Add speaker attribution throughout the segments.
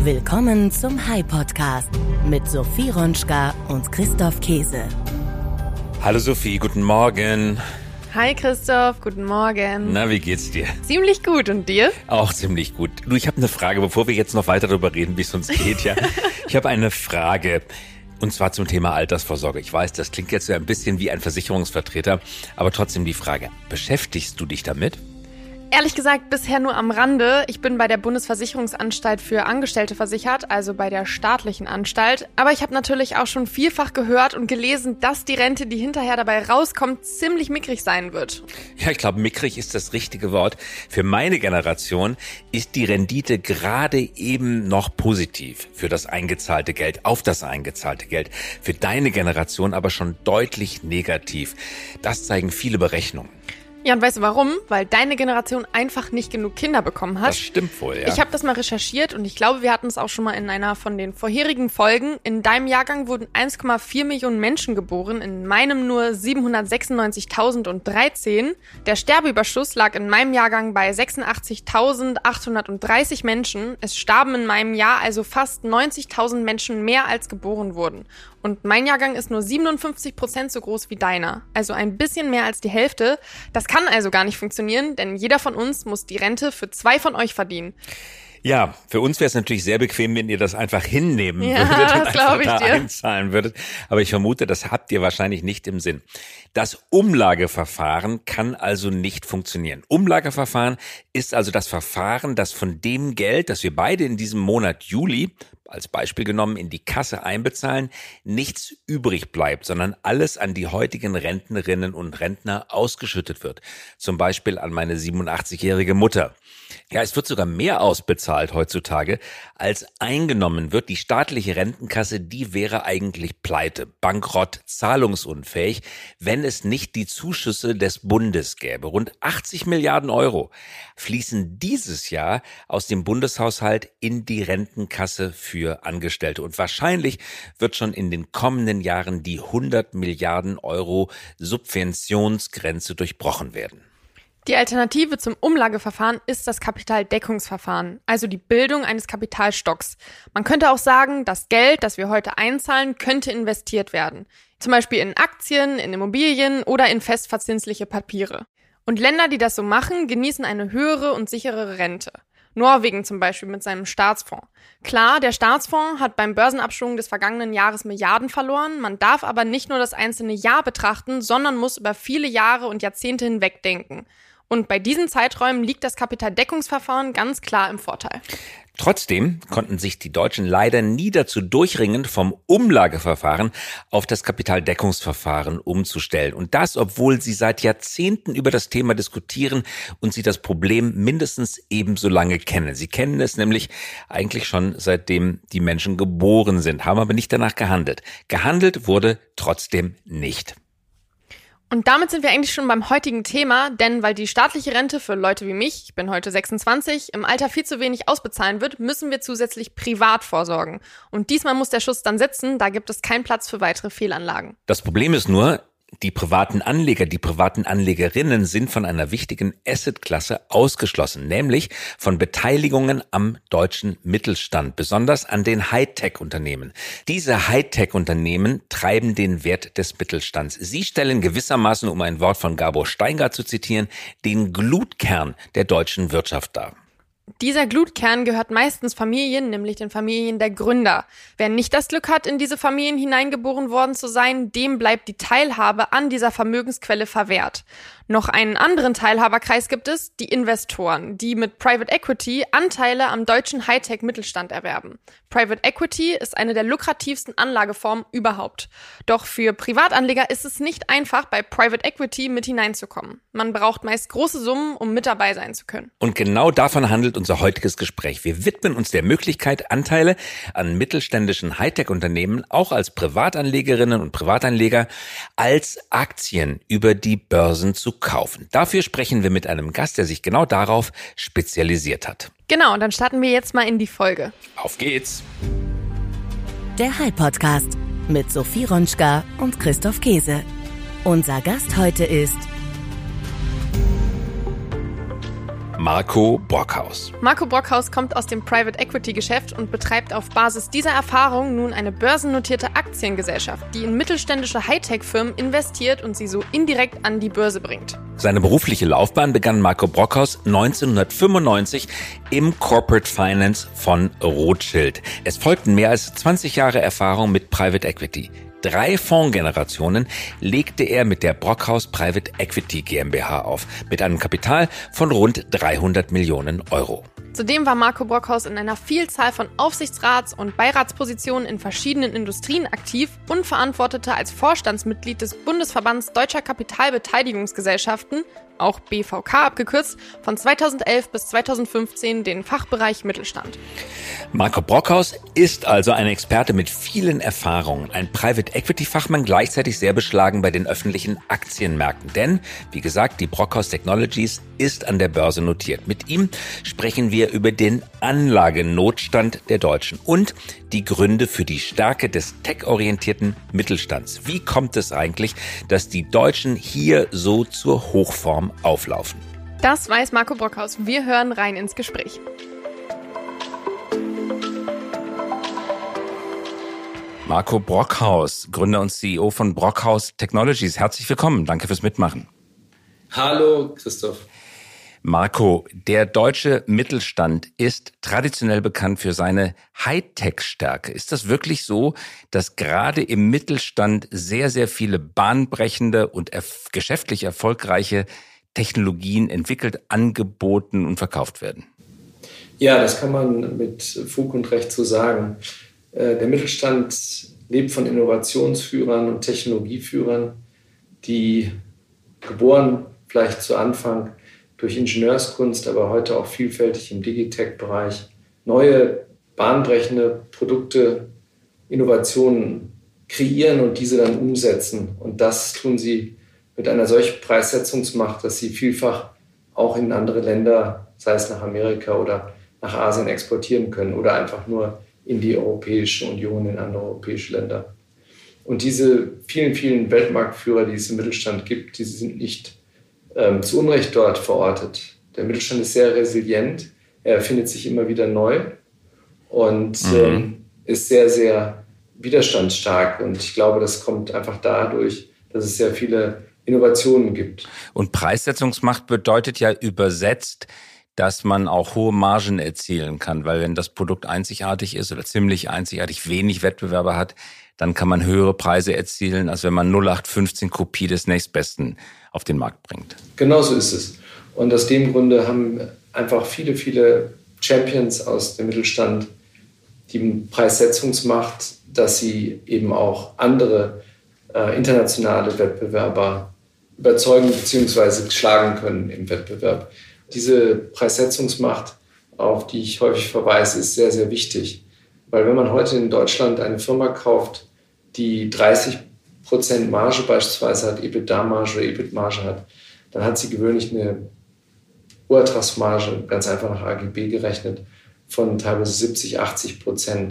Speaker 1: Willkommen zum Hi-Podcast mit Sophie Ronschka und Christoph Käse.
Speaker 2: Hallo Sophie, guten Morgen.
Speaker 3: Hi Christoph, guten Morgen.
Speaker 2: Na, wie geht's dir?
Speaker 3: Ziemlich gut, und dir?
Speaker 2: Auch ziemlich gut. Du, ich habe eine Frage, bevor wir jetzt noch weiter darüber reden, wie es uns geht. Ja, ich habe eine Frage. Und zwar zum Thema Altersvorsorge. Ich weiß, das klingt jetzt so ein bisschen wie ein Versicherungsvertreter, aber trotzdem die Frage, beschäftigst du dich damit?
Speaker 3: Ehrlich gesagt, bisher nur am Rande. Ich bin bei der Bundesversicherungsanstalt für Angestellte versichert, also bei der staatlichen Anstalt. Aber ich habe natürlich auch schon vielfach gehört und gelesen, dass die Rente, die hinterher dabei rauskommt, ziemlich mickrig sein wird.
Speaker 2: Ja, ich glaube, mickrig ist das richtige Wort. Für meine Generation ist die Rendite gerade eben noch positiv für das eingezahlte Geld, auf das eingezahlte Geld. Für deine Generation aber schon deutlich negativ. Das zeigen viele Berechnungen.
Speaker 3: Ja, und weißt du warum? Weil deine Generation einfach nicht genug Kinder bekommen hat.
Speaker 2: Das stimmt wohl, ja.
Speaker 3: Ich habe das mal recherchiert und ich glaube, wir hatten es auch schon mal in einer von den vorherigen Folgen. In deinem Jahrgang wurden 1,4 Millionen Menschen geboren, in meinem nur 796.013. Der Sterbeüberschuss lag in meinem Jahrgang bei 86.830 Menschen. Es starben in meinem Jahr also fast 90.000 Menschen mehr, als geboren wurden. Und mein Jahrgang ist nur 57% so groß wie deiner. Also ein bisschen mehr als die Hälfte. Das kann also gar nicht funktionieren, denn jeder von uns muss die Rente für 2 von euch verdienen.
Speaker 2: Ja, für uns wäre es natürlich sehr bequem, wenn ihr das einfach hinnehmen würdet und
Speaker 3: einfach
Speaker 2: da einzahlen würdet. Aber ich vermute, das habt ihr wahrscheinlich nicht im Sinn. Das Umlageverfahren kann also nicht funktionieren. Umlageverfahren ist also das Verfahren, das von dem Geld, das wir beide in diesem Monat Juli, als Beispiel genommen, in die Kasse einbezahlen, nichts übrig bleibt, sondern alles an die heutigen Rentnerinnen und Rentner ausgeschüttet wird. Zum Beispiel an meine 87-jährige Mutter. Ja, es wird sogar mehr ausbezahlt heutzutage, als eingenommen wird. Die staatliche Rentenkasse, die wäre eigentlich pleite, bankrott, zahlungsunfähig, wenn es nicht die Zuschüsse des Bundes gäbe. Rund 80 Milliarden Euro fließen dieses Jahr aus dem Bundeshaushalt in die Rentenkasse für Angestellte. Und wahrscheinlich wird schon in den kommenden Jahren die 100 Milliarden Euro Subventionsgrenze durchbrochen werden.
Speaker 3: Die Alternative zum Umlageverfahren ist das Kapitaldeckungsverfahren, also die Bildung eines Kapitalstocks. Man könnte auch sagen, das Geld, das wir heute einzahlen, könnte investiert werden. Zum Beispiel in Aktien, in Immobilien oder in festverzinsliche Papiere. Und Länder, die das so machen, genießen eine höhere und sicherere Rente. Norwegen zum Beispiel mit seinem Staatsfonds. Klar, der Staatsfonds hat beim Börsenabschwung des vergangenen Jahres Milliarden verloren. Man darf aber nicht nur das einzelne Jahr betrachten, sondern muss über viele Jahre und Jahrzehnte hinweg denken. Und bei diesen Zeiträumen liegt das Kapitaldeckungsverfahren ganz klar im Vorteil.
Speaker 2: Trotzdem konnten sich die Deutschen leider nie dazu durchringen, vom Umlageverfahren auf das Kapitaldeckungsverfahren umzustellen. Und das, obwohl sie seit Jahrzehnten über das Thema diskutieren und sie das Problem mindestens ebenso lange kennen. Sie kennen es nämlich eigentlich schon seitdem die Menschen geboren sind, haben aber nicht danach gehandelt. Gehandelt wurde trotzdem nicht.
Speaker 3: Und damit sind wir eigentlich schon beim heutigen Thema, denn weil die staatliche Rente für Leute wie mich, ich bin heute 26, im Alter viel zu wenig ausbezahlen wird, müssen wir zusätzlich privat vorsorgen. Und diesmal muss der Schuss dann sitzen, da gibt es keinen Platz für weitere Fehlanlagen.
Speaker 2: Das Problem ist nur, die privaten Anleger, die privaten Anlegerinnen sind von einer wichtigen Assetklasse ausgeschlossen, nämlich von Beteiligungen am deutschen Mittelstand, besonders an den Hightech-Unternehmen. Diese Hightech-Unternehmen treiben den Wert des Mittelstands. Sie stellen gewissermaßen, um ein Wort von Gabor Steingart zu zitieren, den Glutkern der deutschen Wirtschaft dar.
Speaker 3: Dieser Glutkern gehört meistens Familien, nämlich den Familien der Gründer. Wer nicht das Glück hat, in diese Familien hineingeboren worden zu sein, dem bleibt die Teilhabe an dieser Vermögensquelle verwehrt. Noch einen anderen Teilhaberkreis gibt es, die Investoren, die mit Private Equity Anteile am deutschen Hightech-Mittelstand erwerben. Private Equity ist eine der lukrativsten Anlageformen überhaupt. Doch für Privatanleger ist es nicht einfach, bei Private Equity mit hineinzukommen. Man braucht meist große Summen, um mit dabei sein zu können.
Speaker 2: Und genau davon handelt unser heutiges Gespräch. Wir widmen uns der Möglichkeit, Anteile an mittelständischen Hightech-Unternehmen auch als Privatanlegerinnen und Privatanleger als Aktien über die Börsen zu kaufen. Dafür sprechen wir mit einem Gast, der sich genau darauf spezialisiert hat.
Speaker 3: Genau, und dann starten wir jetzt mal in die Folge.
Speaker 2: Auf geht's!
Speaker 1: Der Hi-Podcast mit Sophie Ronschka und Christoph Käse. Unser Gast heute ist
Speaker 2: Marco Brockhaus.
Speaker 3: Marco Brockhaus kommt aus dem Private Equity Geschäft und betreibt auf Basis dieser Erfahrung nun eine börsennotierte Aktiengesellschaft, die in mittelständische Hightech-Firmen investiert und sie so indirekt an die Börse bringt.
Speaker 2: Seine berufliche Laufbahn begann Marco Brockhaus 1995 im Corporate Finance von Rothschild. Es folgten mehr als 20 Jahre Erfahrung mit Private Equity. 3 Fondsgenerationen legte er mit der Brockhaus Private Equity GmbH auf, mit einem Kapital von rund 300 Millionen Euro.
Speaker 3: Zudem war Marco Brockhaus in einer Vielzahl von Aufsichtsrats- und Beiratspositionen in verschiedenen Industrien aktiv und verantwortete als Vorstandsmitglied des Bundesverbands Deutscher Kapitalbeteiligungsgesellschaften, auch BVK abgekürzt, von 2011 bis 2015 den Fachbereich Mittelstand.
Speaker 2: Marco Brockhaus ist also ein Experte mit vielen Erfahrungen, ein Private-Equity-Fachmann, gleichzeitig sehr beschlagen bei den öffentlichen Aktienmärkten. Denn, wie gesagt, die Brockhaus Technologies ist an der Börse notiert. Mit ihm sprechen wir über den Anlagenotstand der Deutschen und die Gründe für die Stärke des tech-orientierten Mittelstands. Wie kommt es eigentlich, dass die Deutschen hier so zur Hochform auflaufen?
Speaker 3: Das weiß Marco Brockhaus. Wir hören rein ins Gespräch.
Speaker 2: Marco Brockhaus, Gründer und CEO von Brockhaus Technologies. Herzlich willkommen. Danke fürs Mitmachen.
Speaker 4: Hallo, Christoph.
Speaker 2: Marco, der deutsche Mittelstand ist traditionell bekannt für seine Hightech-Stärke. Ist das wirklich so, dass gerade im Mittelstand sehr, sehr viele bahnbrechende und geschäftlich erfolgreiche Technologien entwickelt, angeboten und verkauft werden?
Speaker 4: Ja, das kann man mit Fug und Recht so sagen. Der Mittelstand lebt von Innovationsführern und Technologieführern, die geboren vielleicht zu Anfang durch Ingenieurskunst, aber heute auch vielfältig im Digitech-Bereich, neue bahnbrechende Produkte, Innovationen kreieren und diese dann umsetzen. Und das tun sie mit einer solchen Preissetzungsmacht, dass sie vielfach auch in andere Länder, sei es nach Amerika oder nach Asien, exportieren können oder einfach nur in die Europäische Union, in andere europäische Länder. Und diese vielen, vielen Weltmarktführer, die es im Mittelstand gibt, die sind nicht zu Unrecht dort verortet. Der Mittelstand ist sehr resilient, er erfindet sich immer wieder neu und ist sehr, sehr widerstandsstark. Und ich glaube, das kommt einfach dadurch, dass es sehr viele Innovationen gibt.
Speaker 2: Und Preissetzungsmacht bedeutet ja übersetzt, dass man auch hohe Margen erzielen kann, weil wenn das Produkt einzigartig ist oder ziemlich einzigartig, wenig Wettbewerber hat, dann kann man höhere Preise erzielen, als wenn man 0815 Kopie des nächstbesten auf den Markt bringt.
Speaker 4: Genau so ist es. Und aus dem Grunde haben einfach viele, viele Champions aus dem Mittelstand die Preissetzungsmacht, dass sie eben auch andere internationale Wettbewerber überzeugen bzw. schlagen können im Wettbewerb. Diese Preissetzungsmacht, auf die ich häufig verweise, ist sehr, sehr wichtig. Weil wenn man heute in Deutschland eine Firma kauft, die 30% Marge beispielsweise hat, EBITDA-Marge oder EBIT-Marge hat, dann hat sie gewöhnlich eine Urertragsmarge, ganz einfach nach AGB gerechnet, von teilweise 70-80%.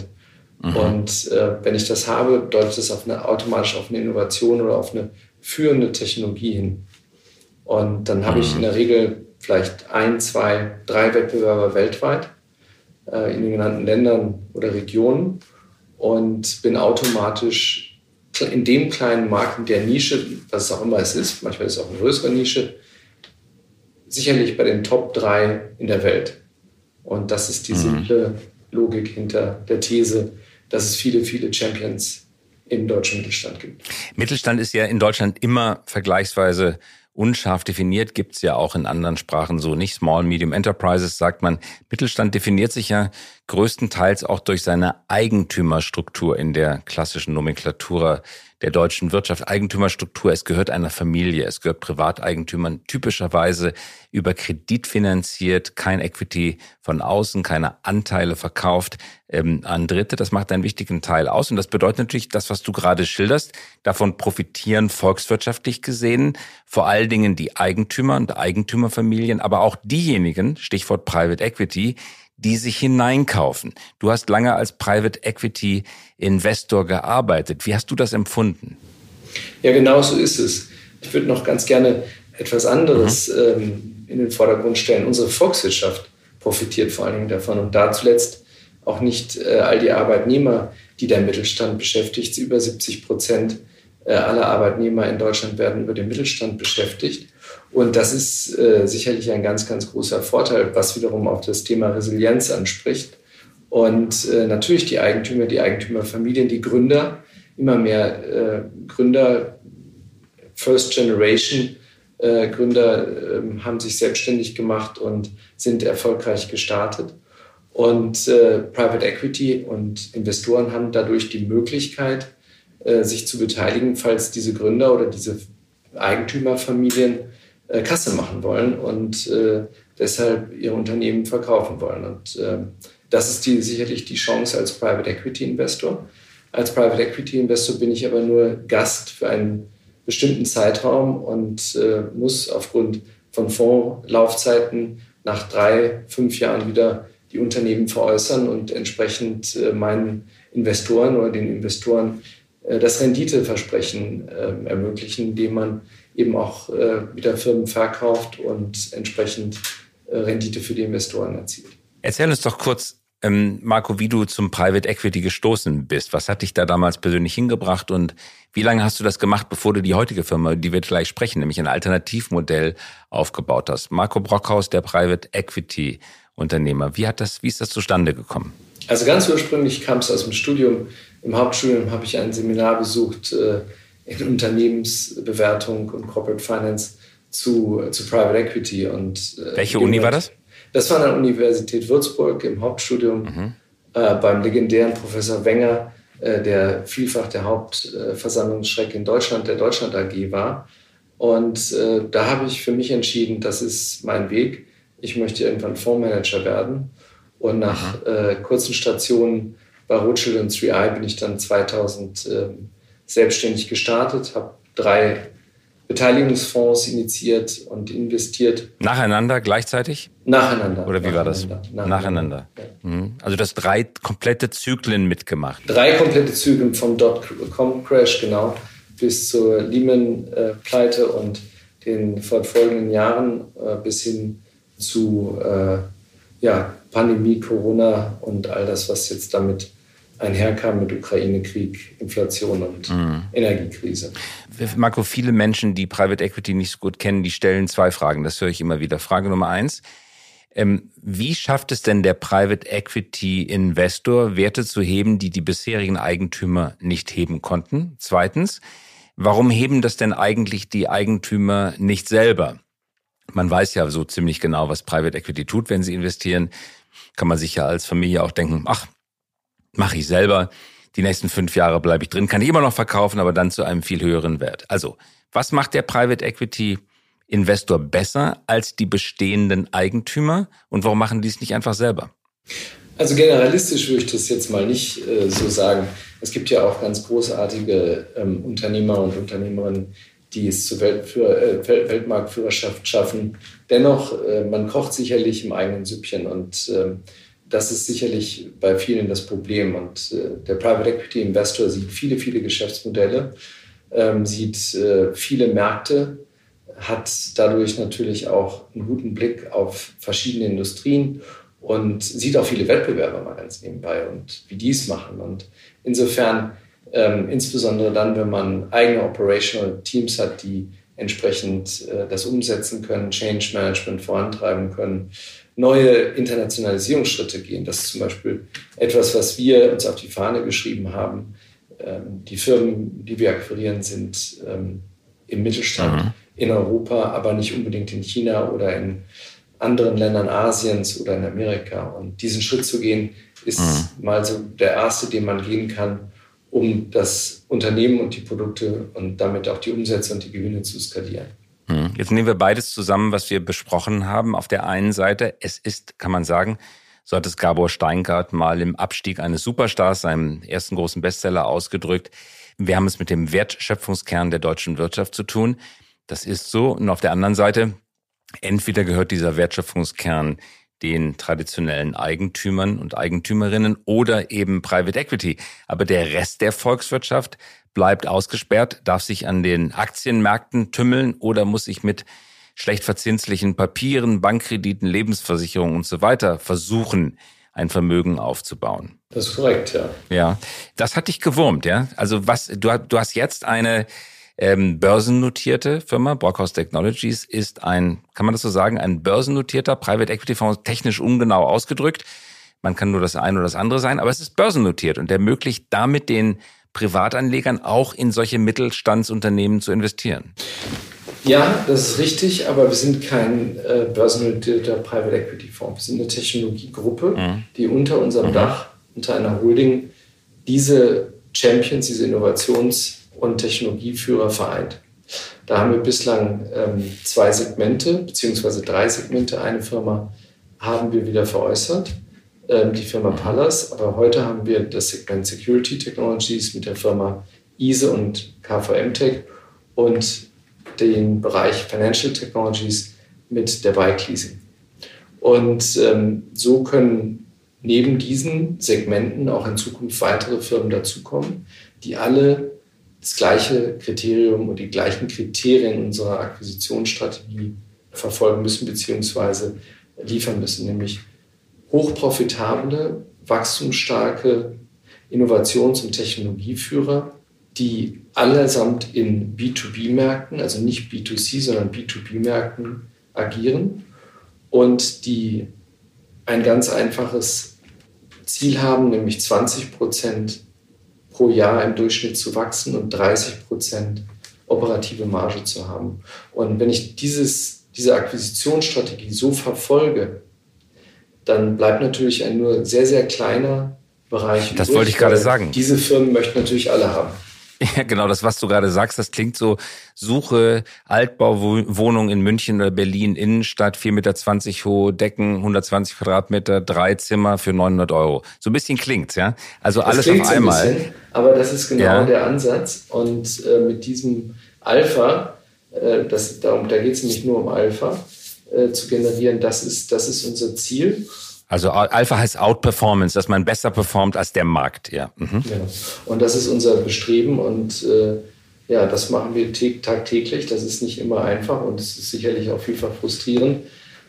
Speaker 4: Und wenn ich das habe, deutet das automatisch auf eine Innovation oder auf eine führende Technologie hin. Und dann habe ich in der Regel vielleicht 1, 2, 3 Wettbewerber weltweit in den genannten Ländern oder Regionen und bin automatisch in dem kleinen Markt, in der Nische, was es auch immer es ist, manchmal ist es auch eine größere Nische, sicherlich bei den Top 3 in der Welt. Und das ist die simple Logik hinter der These, dass es viele, viele Champions im deutschen Mittelstand gibt.
Speaker 2: Mittelstand ist ja in Deutschland immer vergleichsweise unscharf definiert, gibt's ja auch in anderen Sprachen so nicht. Small, Medium Enterprises sagt man. Mittelstand definiert sich ja größtenteils auch durch seine Eigentümerstruktur in der klassischen Nomenklatur der deutschen Wirtschaft. Eigentümerstruktur, es gehört einer Familie, es gehört Privateigentümern, typischerweise über Kredit finanziert, kein Equity von außen, keine Anteile verkauft an Dritte. Das macht einen wichtigen Teil aus und das bedeutet natürlich, das, was du gerade schilderst, davon profitieren volkswirtschaftlich gesehen vor allen Dingen die Eigentümer und Eigentümerfamilien, aber auch diejenigen, Stichwort Private Equity, die sich hineinkaufen. Du hast lange als Private Equity Investor gearbeitet. Wie hast du das empfunden?
Speaker 4: Ja, genau so ist es. Ich würde noch ganz gerne etwas anderes in den Vordergrund stellen. Unsere Volkswirtschaft profitiert vor allen Dingen davon. Und da zuletzt auch nicht all die Arbeitnehmer, die der Mittelstand beschäftigt. Über 70% aller Arbeitnehmer in Deutschland werden über den Mittelstand beschäftigt. Und das ist sicherlich ein ganz, ganz großer Vorteil, was wiederum auf das Thema Resilienz anspricht. Und natürlich die Eigentümer, die Eigentümerfamilien, die Gründer, immer mehr Gründer, First Generation Gründer haben sich selbstständig gemacht und sind erfolgreich gestartet. Und Private Equity und Investoren haben dadurch die Möglichkeit, sich zu beteiligen, falls diese Gründer oder diese Eigentümerfamilien Kasse machen wollen und deshalb ihr Unternehmen verkaufen wollen. Und das ist sicherlich die Chance als Private Equity Investor. Als Private Equity Investor bin ich aber nur Gast für einen bestimmten Zeitraum und muss aufgrund von Fondslaufzeiten nach 3-5 Jahren wieder die Unternehmen veräußern und entsprechend meinen Investoren oder den Investoren das Renditeversprechen ermöglichen, indem man eben auch wieder Firmen verkauft und entsprechend Rendite für die Investoren erzielt.
Speaker 2: Erzähl uns doch kurz, Marco, wie du zum Private Equity gestoßen bist. Was hat dich da damals persönlich hingebracht und wie lange hast du das gemacht, bevor du die heutige Firma, die wir gleich sprechen, nämlich ein Alternativmodell aufgebaut hast? Marco Brockhaus, der Private Equity Unternehmer. Wie ist das zustande gekommen?
Speaker 4: Also ganz ursprünglich kam es aus dem Studium. Im Hauptstudium habe ich ein Seminar besucht in Unternehmensbewertung und Corporate Finance zu Private Equity. Und
Speaker 2: welche Uni war das?
Speaker 4: Das war an der Universität Würzburg im Hauptstudium beim legendären Professor Wenger, der vielfach der Hauptversammlungsschreck in Deutschland, der Deutschland AG war. Und da habe ich für mich entschieden, das ist mein Weg. Ich möchte irgendwann Fondsmanager werden. Und nach kurzen Stationen bei Rothschild & 3i bin ich dann 2000 selbstständig gestartet, habe 3 Beteiligungsfonds initiiert und investiert.
Speaker 2: Nacheinander, gleichzeitig?
Speaker 4: Nacheinander.
Speaker 2: Oder wie war das? Nacheinander. Ja. Also du hast 3 komplette Zyklen mitgemacht. 3
Speaker 4: komplette Zyklen vom Dotcom-Crash, genau, bis zur Lehman-Pleite und den fortfolgenden Jahren bis hin zu Pandemie, Corona und all das, was jetzt damit einherkam mit Ukraine-Krieg, Inflation und Energiekrise.
Speaker 2: Marco, viele Menschen, die Private Equity nicht so gut kennen, die stellen 2 Fragen. Das höre ich immer wieder. Frage Nummer 1. Wie schafft es denn der Private Equity Investor, Werte zu heben, die die bisherigen Eigentümer nicht heben konnten? 2. Warum heben das denn eigentlich die Eigentümer nicht selber? Man weiß ja so ziemlich genau, was Private Equity tut, wenn sie investieren. Kann man sich ja als Familie auch denken, ach, mache ich selber. Die nächsten 5 Jahre bleibe ich drin, kann ich immer noch verkaufen, aber dann zu einem viel höheren Wert. Also, was macht der Private Equity Investor besser als die bestehenden Eigentümer und warum machen die es nicht einfach selber?
Speaker 4: Also generalistisch würde ich das jetzt mal nicht so sagen. Es gibt ja auch ganz großartige Unternehmer und Unternehmerinnen, die es zur Weltmarktführerschaft schaffen. Dennoch, man kocht sicherlich im eigenen Süppchen und das ist sicherlich bei vielen das Problem. Und der Private Equity Investor sieht viele, viele Geschäftsmodelle, sieht viele Märkte, hat dadurch natürlich auch einen guten Blick auf verschiedene Industrien und sieht auch viele Wettbewerber mal ganz nebenbei und wie die es machen. Und insofern, insbesondere dann, wenn man eigene Operational Teams hat, die entsprechend das umsetzen können, Change Management vorantreiben können, neue Internationalisierungsschritte gehen. Das ist zum Beispiel etwas, was wir uns auf die Fahne geschrieben haben. Die Firmen, die wir akquirieren, sind im Mittelstand in Europa, aber nicht unbedingt in China oder in anderen Ländern Asiens oder in Amerika. Und diesen Schritt zu gehen, ist mal so der erste, den man gehen kann, um das Unternehmen und die Produkte und damit auch die Umsätze und die Gewinne zu skalieren.
Speaker 2: Jetzt nehmen wir beides zusammen, was wir besprochen haben. Auf der einen Seite, es ist, kann man sagen, so hat es Gabor Steingart mal im Abstieg eines Superstars, seinem ersten großen Bestseller, ausgedrückt. Wir haben es mit dem Wertschöpfungskern der deutschen Wirtschaft zu tun. Das ist so. Und auf der anderen Seite, entweder gehört dieser Wertschöpfungskern den traditionellen Eigentümern und Eigentümerinnen oder eben Private Equity. Aber der Rest der Volkswirtschaft bleibt ausgesperrt, darf sich an den Aktienmärkten tümmeln oder muss sich mit schlecht verzinslichen Papieren, Bankkrediten, Lebensversicherungen und so weiter versuchen, ein Vermögen aufzubauen.
Speaker 4: Das ist korrekt, ja.
Speaker 2: Ja, das hat dich gewurmt, ja? Also du hast jetzt eine börsennotierte Firma, Brockhaus Technologies, ist kann man das so sagen, ein börsennotierter Private Equity Fonds, technisch ungenau ausgedrückt. Man kann nur das eine oder das andere sein, aber es ist börsennotiert und ermöglicht damit den Privatanlegern auch in solche Mittelstandsunternehmen zu investieren.
Speaker 4: Ja, das ist richtig, aber wir sind kein börsennotierter Private Equity Fonds. Wir sind eine Technologiegruppe, die unter unserem Dach, unter einer Holding, diese Champions, diese Innovations- und Technologieführer vereint. Da haben wir bislang 2 Segmente, beziehungsweise 3 Segmente. Eine Firma haben wir wieder veräußert, die Firma Pallas. Aber heute haben wir das Segment Security Technologies mit der Firma ISE und KVM-Tech und den Bereich Financial Technologies mit der Bike Leasing. Und so können neben diesen Segmenten auch in Zukunft weitere Firmen dazukommen, die alle das gleiche Kriterium und die gleichen Kriterien unserer Akquisitionsstrategie verfolgen müssen bzw. liefern müssen, nämlich hochprofitable, wachstumsstarke Innovations- und Technologieführer, die allesamt in B2B-Märkten, also nicht B2C, sondern B2B-Märkten agieren und die ein ganz einfaches Ziel haben, nämlich 20% pro Jahr im Durchschnitt zu wachsen und 30% operative Marge zu haben. Und wenn ich diese Akquisitionsstrategie so verfolge, dann bleibt natürlich ein nur sehr, sehr kleiner Bereich.
Speaker 2: Das wollte ich gerade sagen.
Speaker 4: Diese Firmen möchten natürlich alle haben.
Speaker 2: Ja, genau, das, was du gerade sagst, das klingt so, suche Altbauwohnung in München oder Berlin, Innenstadt, 4,20 Meter hohe Decken, 120 Quadratmeter, 3 Zimmer für 900 €. So ein bisschen klingt's, ja? Also das alles auf einmal.
Speaker 4: Ein bisschen, aber das ist genau der Ansatz. Und mit diesem Alpha, da geht es nämlich nur um Alpha, zu generieren, das ist unser Ziel.
Speaker 2: Also Alpha heißt Outperformance, dass man besser performt als der Markt, ja. Mhm.
Speaker 4: Genau. Und das ist unser Bestreben und das machen wir tagtäglich. Das ist nicht immer einfach und es ist sicherlich auch vielfach frustrierend,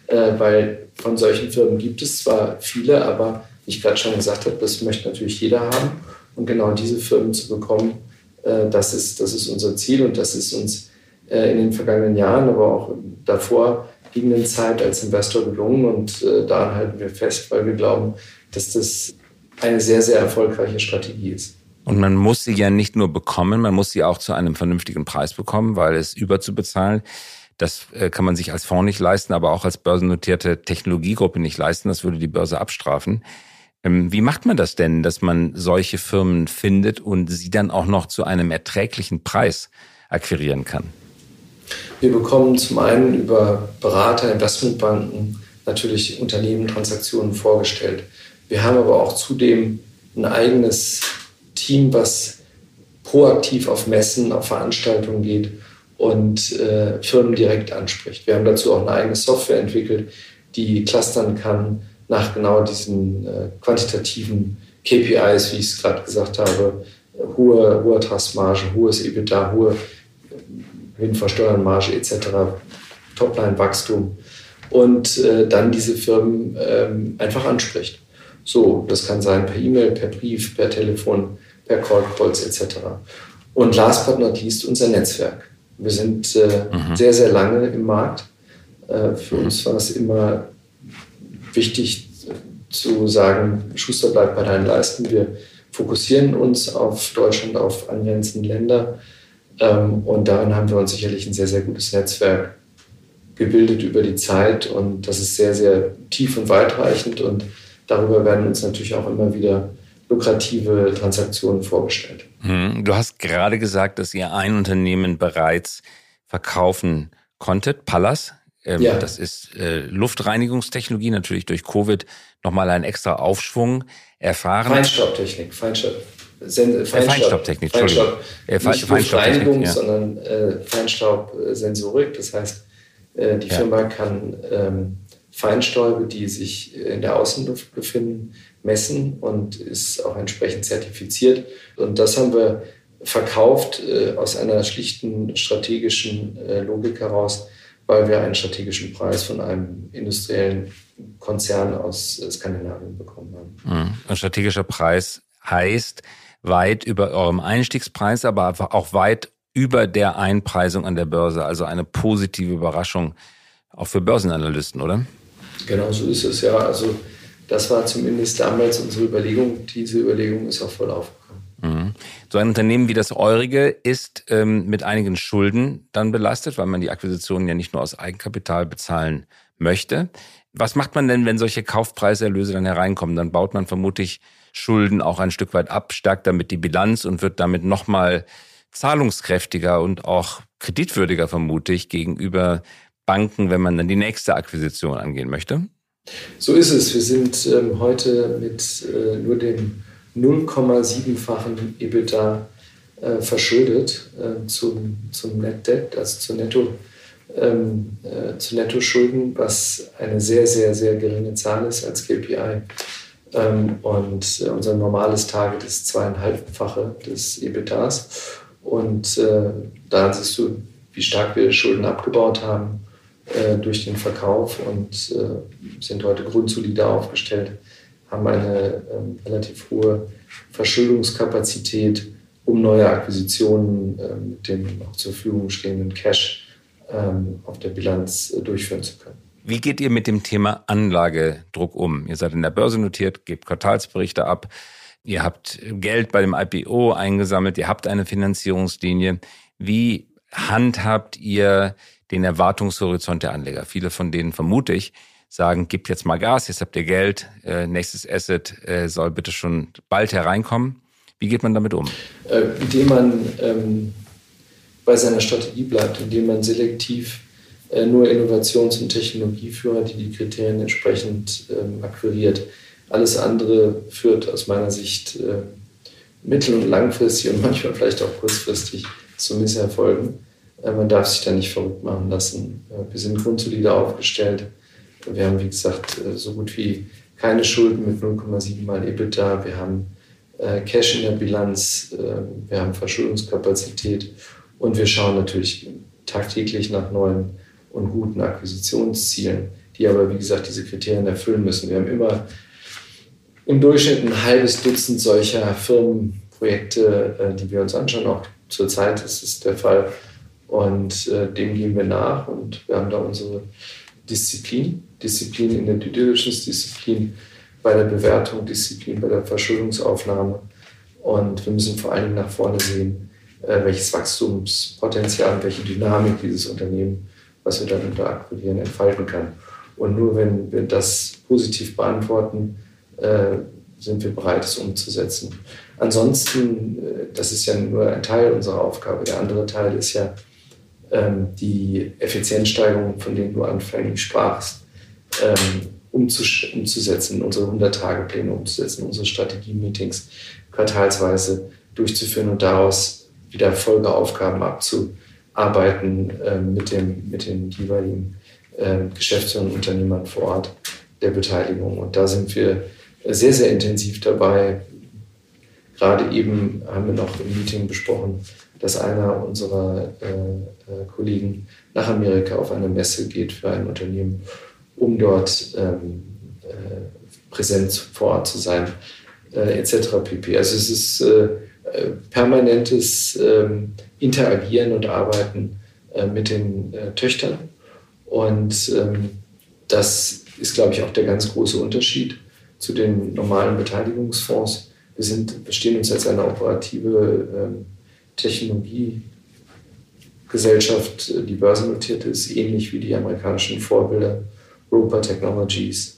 Speaker 4: weil von solchen Firmen gibt es zwar viele, aber wie ich gerade schon gesagt habe, das möchte natürlich jeder haben. Und genau diese Firmen zu bekommen, das ist unser Ziel und das ist uns in den vergangenen Jahren, aber auch davor liegenden Zeit als Investor gelungen und daran halten wir fest, weil wir glauben, dass das eine sehr, sehr erfolgreiche Strategie ist.
Speaker 2: Und man muss sie ja nicht nur bekommen, man muss sie auch zu einem vernünftigen Preis bekommen, weil es überzubezahlen, das kann man sich als Fonds nicht leisten, aber auch als börsennotierte Technologiegruppe nicht leisten, das würde die Börse abstrafen. Wie macht man das denn, dass man solche Firmen findet und sie dann auch noch zu einem erträglichen Preis akquirieren kann?
Speaker 4: Wir bekommen zum einen über Berater, Investmentbanken natürlich Unternehmen, Transaktionen vorgestellt. Wir haben aber auch zudem ein eigenes Team, was proaktiv auf Messen, auf Veranstaltungen geht und Firmen direkt anspricht. Wir haben dazu auch eine eigene Software entwickelt, die clustern kann nach genau diesen quantitativen KPIs, wie ich es gerade gesagt habe, hohe Trustmarge, hohes EBITDA, hohe Gewinnversteuern, Marge etc., Topline-Wachstum und dann diese Firmen einfach anspricht. So, das kann sein per E-Mail, per Brief, per Telefon, per Call-Calls etc. Und last but not least unser Netzwerk. Wir sind sehr, sehr lange im Markt. Für uns war es immer wichtig zu sagen, Schuster bleibt bei deinen Leisten. Wir fokussieren uns auf Deutschland, auf angrenzende Länder. Und darin haben wir uns sicherlich ein sehr, sehr gutes Netzwerk gebildet über die Zeit. Und das ist sehr, sehr tief und weitreichend. Und darüber werden uns natürlich auch immer wieder lukrative Transaktionen vorgestellt.
Speaker 2: Du hast gerade gesagt, dass ihr ein Unternehmen bereits verkaufen konntet, Pallas.
Speaker 4: Ja.
Speaker 2: Das ist Luftreinigungstechnologie, natürlich durch Covid nochmal einen extra Aufschwung erfahren.
Speaker 4: Feinstaubtechnik,
Speaker 2: Feinstaubtechnik, Entschuldigung.
Speaker 4: Nicht Luftreinigung, sondern Feinstaubsensorik. Das heißt, die Firma kann Feinstäube, die sich in der Außenluft befinden, messen und ist auch entsprechend zertifiziert. Und das haben wir verkauft aus einer schlichten strategischen Logik heraus, weil wir einen strategischen Preis von einem industriellen Konzern aus Skandinavien bekommen haben.
Speaker 2: Ein strategischer Preis heißt weit über eurem Einstiegspreis, aber auch weit über der Einpreisung an der Börse. Also eine positive Überraschung auch für Börsenanalysten, oder?
Speaker 4: Genau so ist es, ja. Also das war zumindest damals unsere Überlegung. Diese Überlegung ist auch voll aufgekommen.
Speaker 2: So ein Unternehmen wie das eurige ist mit einigen Schulden dann belastet, weil man die Akquisitionen ja nicht nur aus Eigenkapital bezahlen möchte. Was macht man denn, wenn solche Kaufpreiserlöse dann hereinkommen? Dann baut man vermutlich Schulden auch ein Stück weit ab, stärkt damit die Bilanz und wird damit nochmal zahlungskräftiger und auch kreditwürdiger, vermute ich, gegenüber Banken, wenn man dann die nächste Akquisition angehen möchte?
Speaker 4: So ist es. Wir sind heute mit nur dem 0,7-fachen EBITDA verschuldet zum Net Debt, also zu Nettoschulden, was eine sehr, sehr, sehr geringe Zahl ist als KPI. Und unser normales Target ist 2,5-fache des EBITDAs. Und da siehst du, wie stark wir Schulden abgebaut haben durch den Verkauf und sind heute grundsolide aufgestellt, haben eine relativ hohe Verschuldungskapazität, um neue Akquisitionen mit dem auch zur Verfügung stehenden Cash auf der Bilanz durchführen zu können.
Speaker 2: Wie geht ihr mit dem Thema Anlagedruck um? Ihr seid in der Börse notiert, gebt Quartalsberichte ab, ihr habt Geld bei dem IPO eingesammelt, ihr habt eine Finanzierungslinie. Wie handhabt ihr den Erwartungshorizont der Anleger? Viele von denen, vermute ich, sagen, gebt jetzt mal Gas, jetzt habt ihr Geld, nächstes Asset soll bitte schon bald hereinkommen. Wie geht man damit um?
Speaker 4: Indem man bei seiner Strategie bleibt, indem man selektiv nur Innovations- und Technologieführer, die die Kriterien entsprechend akquiriert. Alles andere führt aus meiner Sicht mittel- und langfristig und manchmal vielleicht auch kurzfristig zu Misserfolgen. Man darf sich da nicht verrückt machen lassen. Wir sind grundsolide aufgestellt. Wir haben, wie gesagt, so gut wie keine Schulden mit 0,7 mal EBITDA. Wir haben Cash in der Bilanz. Wir haben Verschuldungskapazität. Und wir schauen natürlich tagtäglich nach neuen und guten Akquisitionszielen, die aber, wie gesagt, diese Kriterien erfüllen müssen. Wir haben immer im Durchschnitt ein halbes Dutzend solcher Firmenprojekte, die wir uns anschauen. Auch zurzeit ist es der Fall. Und dem gehen wir nach. Und wir haben da unsere Disziplin in der Due Diligence, Disziplin bei der Bewertung, Disziplin bei der Verschuldungsaufnahme. Und wir müssen vor allen Dingen nach vorne sehen, welches Wachstumspotenzial und welche Dynamik dieses Unternehmen, was wir dann unter Akquirieren, entfalten kann. Und nur wenn wir das positiv beantworten, sind wir bereit, es umzusetzen. Ansonsten, das ist ja nur ein Teil unserer Aufgabe. Der andere Teil ist ja die Effizienzsteigerung, von denen du anfänglich sprachst, umzusetzen, unsere 100-Tage-Pläne umzusetzen, unsere Strategie-Meetings quartalsweise durchzuführen und daraus wieder Folgeaufgaben abzuarbeiten mit den jeweiligen Geschäftsführern und Unternehmern vor Ort der Beteiligung. Und da sind wir sehr, sehr intensiv dabei. Gerade eben haben wir noch im Meeting besprochen, dass einer unserer Kollegen nach Amerika auf eine Messe geht für ein Unternehmen, um dort präsent vor Ort zu sein, etc. pp. Also es ist permanentes Interagieren und Arbeiten mit den Töchtern. Und das ist, glaube ich, auch der ganz große Unterschied zu den normalen Beteiligungsfonds. Wir stehen uns als eine operative Technologiegesellschaft, die börsennotiert ist, ähnlich wie die amerikanischen Vorbilder, Roper Technologies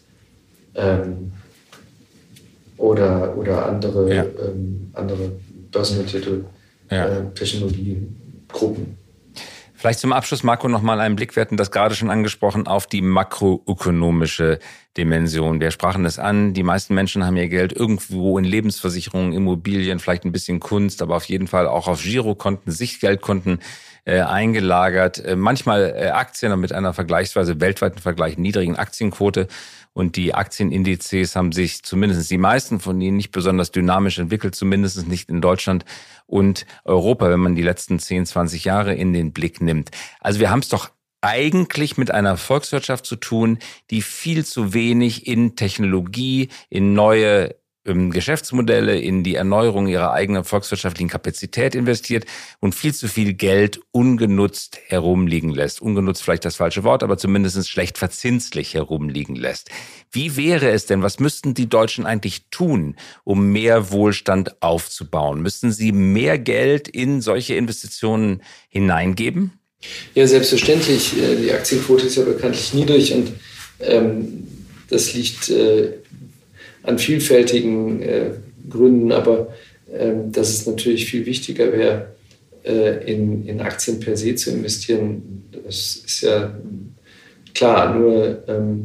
Speaker 4: oder andere börsennotierte Technologiegruppen.
Speaker 2: Vielleicht zum Abschluss, Marco, nochmal einen Blick. Wir hatten das gerade schon angesprochen auf die makroökonomische Dimension. Wir sprachen es an, die meisten Menschen haben ihr Geld irgendwo in Lebensversicherungen, Immobilien, vielleicht ein bisschen Kunst, aber auf jeden Fall auch auf Girokonten, Sichtgeldkonten eingelagert. Manchmal Aktien, aber mit einer vergleichsweise weltweiten Vergleich niedrigen Aktienquote. Und die Aktienindizes haben sich, zumindest die meisten von ihnen, nicht besonders dynamisch entwickelt, zumindest nicht in Deutschland und Europa, wenn man die letzten 10, 20 Jahre in den Blick nimmt. Also wir haben es doch eigentlich mit einer Volkswirtschaft zu tun, die viel zu wenig in Technologie, in neue Geschäftsmodelle, in die Erneuerung ihrer eigenen volkswirtschaftlichen Kapazität investiert und viel zu viel Geld ungenutzt herumliegen lässt. Ungenutzt vielleicht das falsche Wort, aber zumindest schlecht verzinslich herumliegen lässt. Wie wäre es denn, was müssten die Deutschen eigentlich tun, um mehr Wohlstand aufzubauen? Müssten sie mehr Geld in solche Investitionen hineingeben?
Speaker 4: Ja, selbstverständlich. Die Aktienquote ist ja bekanntlich niedrig und das liegt an vielfältigen Gründen, aber dass es natürlich viel wichtiger wäre, in Aktien per se zu investieren, das ist ja klar. Nur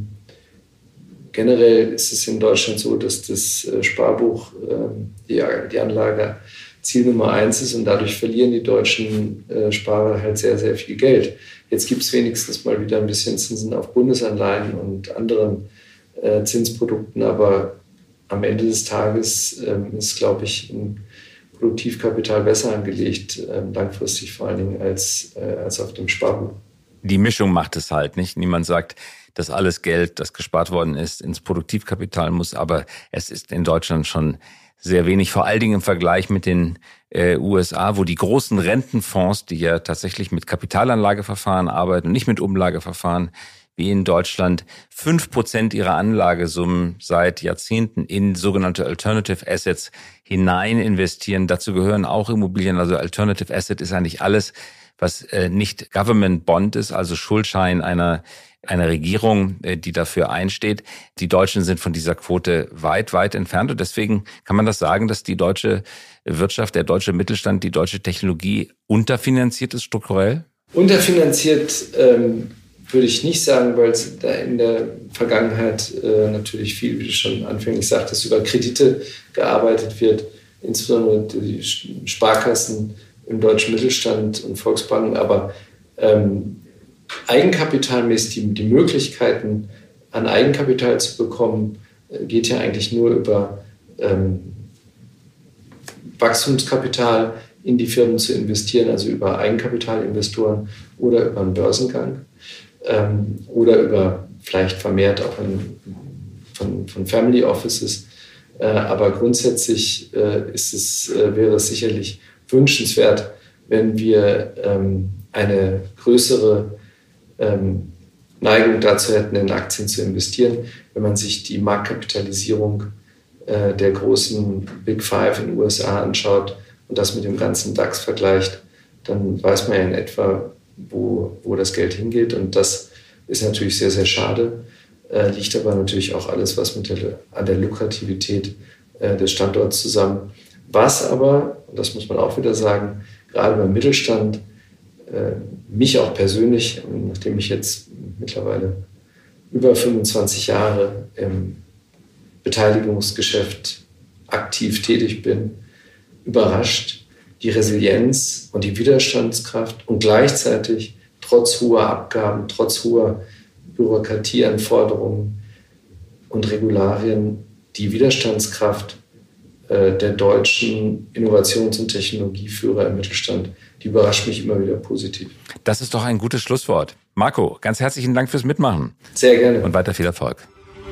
Speaker 4: generell ist es in Deutschland so, dass das Sparbuch die Anlage Ziel Nummer 1 ist und dadurch verlieren die deutschen Sparer halt sehr, sehr viel Geld. Jetzt gibt es wenigstens mal wieder ein bisschen Zinsen auf Bundesanleihen und anderen Zinsprodukten, aber am Ende des Tages ist, glaube ich, ein Produktivkapital besser angelegt, langfristig vor allen Dingen, als auf dem Sparbuch.
Speaker 2: Die Mischung macht es halt nicht. Niemand sagt, dass alles Geld, das gespart worden ist, ins Produktivkapital muss, aber es ist in Deutschland schon sehr wenig, vor allen Dingen im Vergleich mit den USA, wo die großen Rentenfonds, die ja tatsächlich mit Kapitalanlageverfahren arbeiten und nicht mit Umlageverfahren, wie in Deutschland 5% ihrer Anlagesummen seit Jahrzehnten in sogenannte Alternative Assets hinein investieren. Dazu gehören auch Immobilien. Also Alternative Asset ist eigentlich alles, was nicht Government Bond ist, also Schuldschein einer Regierung, die dafür einsteht. Die Deutschen sind von dieser Quote weit, weit entfernt. Und deswegen kann man das sagen, dass die deutsche Wirtschaft, der deutsche Mittelstand, die deutsche Technologie unterfinanziert ist strukturell?
Speaker 4: Unterfinanziert würde ich nicht sagen, weil es da in der Vergangenheit natürlich viel, wie du schon anfänglich sagtest, über Kredite gearbeitet wird, insbesondere die Sparkassen im deutschen Mittelstand und Volksbanken. Aber eigenkapitalmäßig die Möglichkeiten, an Eigenkapital zu bekommen, geht ja eigentlich nur über Wachstumskapital in die Firmen zu investieren, also über Eigenkapitalinvestoren oder über einen Börsengang. Oder über vielleicht vermehrt auch von Family Offices. Aber grundsätzlich wäre es sicherlich wünschenswert, wenn wir eine größere Neigung dazu hätten, in Aktien zu investieren. Wenn man sich die Marktkapitalisierung der großen Big Five in den USA anschaut und das mit dem ganzen DAX vergleicht, dann weiß man ja in etwa, wo das Geld hingeht. Und das ist natürlich sehr, sehr schade. Liegt aber natürlich auch alles was an der Lukrativität des Standorts zusammen. Was aber, und das muss man auch wieder sagen, gerade beim Mittelstand, mich auch persönlich, nachdem ich jetzt mittlerweile über 25 Jahre im Beteiligungsgeschäft aktiv tätig bin, überrascht, die Resilienz und die Widerstandskraft und gleichzeitig trotz hoher Abgaben, trotz hoher Bürokratieanforderungen und Regularien, die Widerstandskraft der deutschen Innovations- und Technologieführer im Mittelstand, die überrascht mich immer wieder positiv.
Speaker 2: Das ist doch ein gutes Schlusswort. Marco, ganz herzlichen Dank fürs Mitmachen.
Speaker 4: Sehr gerne.
Speaker 2: Und weiter viel Erfolg.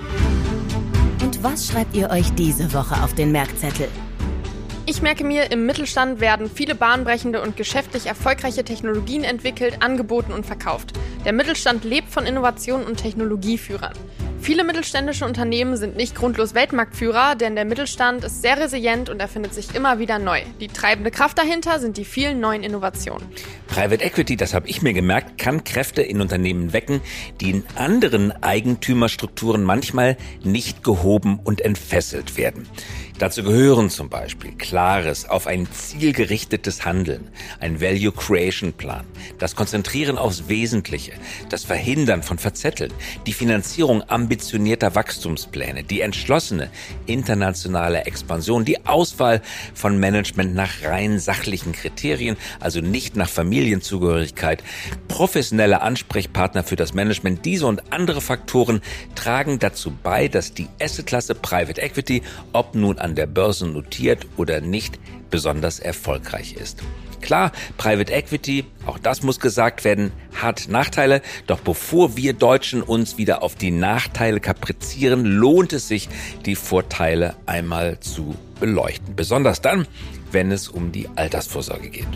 Speaker 1: Und was schreibt ihr euch diese Woche auf den Merkzettel?
Speaker 3: Ich merke mir, im Mittelstand werden viele bahnbrechende und geschäftlich erfolgreiche Technologien entwickelt, angeboten und verkauft. Der Mittelstand lebt von Innovationen und Technologieführern. Viele mittelständische Unternehmen sind nicht grundlos Weltmarktführer, denn der Mittelstand ist sehr resilient und erfindet sich immer wieder neu. Die treibende Kraft dahinter sind die vielen neuen Innovationen.
Speaker 2: Private Equity, das habe ich mir gemerkt, kann Kräfte in Unternehmen wecken, die in anderen Eigentümerstrukturen manchmal nicht gehoben und entfesselt werden. Dazu gehören zum Beispiel klares, auf ein Ziel gerichtetes Handeln, ein Value Creation Plan, das Konzentrieren aufs Wesentliche, das Verhindern von Verzetteln, die Finanzierung ambitionierter Wachstumspläne, die entschlossene internationale Expansion, die Auswahl von Management nach rein sachlichen Kriterien, also nicht nach Familienzugehörigkeit, professionelle Ansprechpartner für das Management. Diese und andere Faktoren tragen dazu bei, dass die Assetklasse Private Equity, ob nun an der Börse notiert oder nicht, besonders erfolgreich ist. Klar, Private Equity, auch das muss gesagt werden, hat Nachteile. Doch bevor wir Deutschen uns wieder auf die Nachteile kaprizieren, lohnt es sich, die Vorteile einmal zu beleuchten. Besonders dann, wenn es um die Altersvorsorge geht.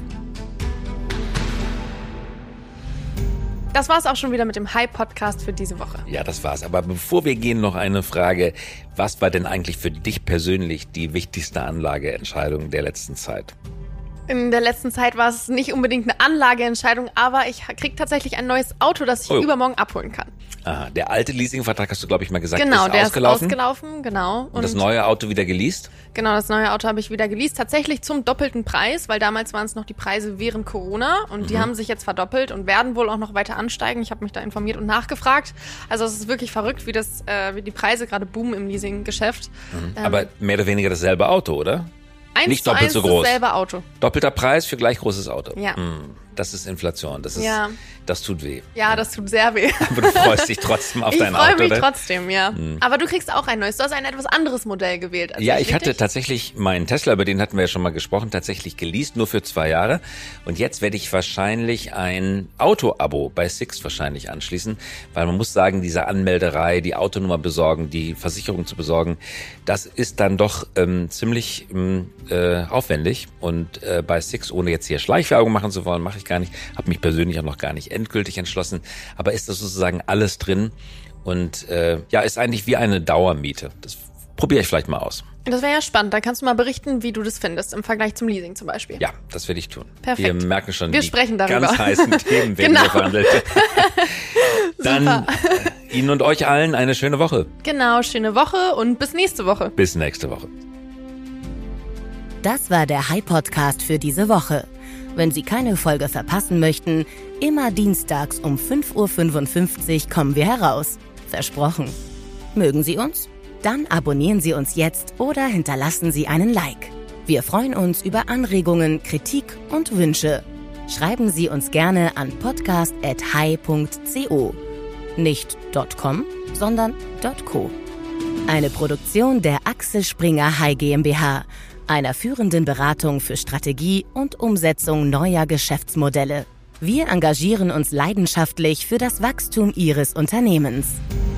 Speaker 3: Das war's auch schon wieder mit dem Hi-Podcast für diese Woche.
Speaker 2: Ja, das war's. Aber bevor wir gehen, noch eine Frage. Was war denn eigentlich für dich persönlich die wichtigste Anlageentscheidung der letzten Zeit?
Speaker 3: In der letzten Zeit war es nicht unbedingt eine Anlageentscheidung, aber ich kriege tatsächlich ein neues Auto, das ich übermorgen abholen kann.
Speaker 2: Aha, der alte Leasingvertrag, hast du, glaube ich, mal gesagt,
Speaker 3: genau,
Speaker 2: ist ausgelaufen.
Speaker 3: Genau, der ist ausgelaufen, genau.
Speaker 2: Und das neue Auto wieder geleast?
Speaker 3: Genau, das neue Auto habe ich wieder geleast. Tatsächlich zum doppelten Preis, weil damals waren es noch die Preise während Corona und die haben sich jetzt verdoppelt und werden wohl auch noch weiter ansteigen. Ich habe mich da informiert und nachgefragt. Also es ist wirklich verrückt, wie die Preise gerade boomen im Leasinggeschäft.
Speaker 2: Aber mehr oder weniger dasselbe Auto, oder? Nicht doppelt so groß.
Speaker 3: Dasselbe Auto.
Speaker 2: Doppelter Preis für gleich großes Auto.
Speaker 3: Ja.
Speaker 2: Das ist Inflation. Das tut weh.
Speaker 3: Ja, das tut sehr weh.
Speaker 2: Aber du freust dich trotzdem auf dein Auto,
Speaker 3: Ich freue mich
Speaker 2: oder?
Speaker 3: trotzdem, ja. Aber du kriegst auch ein neues. Du hast ein etwas anderes Modell gewählt.
Speaker 2: Ja, ich hatte tatsächlich meinen Tesla, über den hatten wir ja schon mal gesprochen, tatsächlich geleast, nur für 2 Jahre. Und jetzt werde ich wahrscheinlich ein Auto-Abo bei Sixt wahrscheinlich anschließen, weil man muss sagen, diese Anmelderei, die Autonummer besorgen, die Versicherung zu besorgen, das ist dann doch ziemlich aufwendig. Und bei Sixt, ohne jetzt hier Schleichwerbung machen zu wollen, mache ich gar nicht, habe mich persönlich auch noch gar nicht endgültig entschlossen, aber ist das sozusagen alles drin und ist eigentlich wie eine Dauermiete. Das probiere ich vielleicht mal aus.
Speaker 3: Das wäre ja spannend. Da kannst du mal berichten, wie du das findest im Vergleich zum Leasing zum Beispiel.
Speaker 2: Ja, das werde ich tun.
Speaker 3: Perfekt.
Speaker 2: Wir merken schon,
Speaker 3: wir sprechen darüber.
Speaker 2: Ganz heißen Themen werden hier verhandelt. Dann Ihnen und euch allen eine schöne Woche.
Speaker 3: Genau, schöne Woche und bis nächste Woche.
Speaker 2: Bis nächste Woche.
Speaker 1: Das war der Hi-Podcast für diese Woche. Wenn Sie keine Folge verpassen möchten, immer dienstags um 5:55 Uhr kommen wir heraus. Versprochen. Mögen Sie uns? Dann abonnieren Sie uns jetzt oder hinterlassen Sie einen Like. Wir freuen uns über Anregungen, Kritik und Wünsche. Schreiben Sie uns gerne an podcast@hi.co. Nicht .com, sondern .co. Eine Produktion der Axel Springer Hi GmbH, einer führenden Beratung für Strategie und Umsetzung neuer Geschäftsmodelle. Wir engagieren uns leidenschaftlich für das Wachstum Ihres Unternehmens.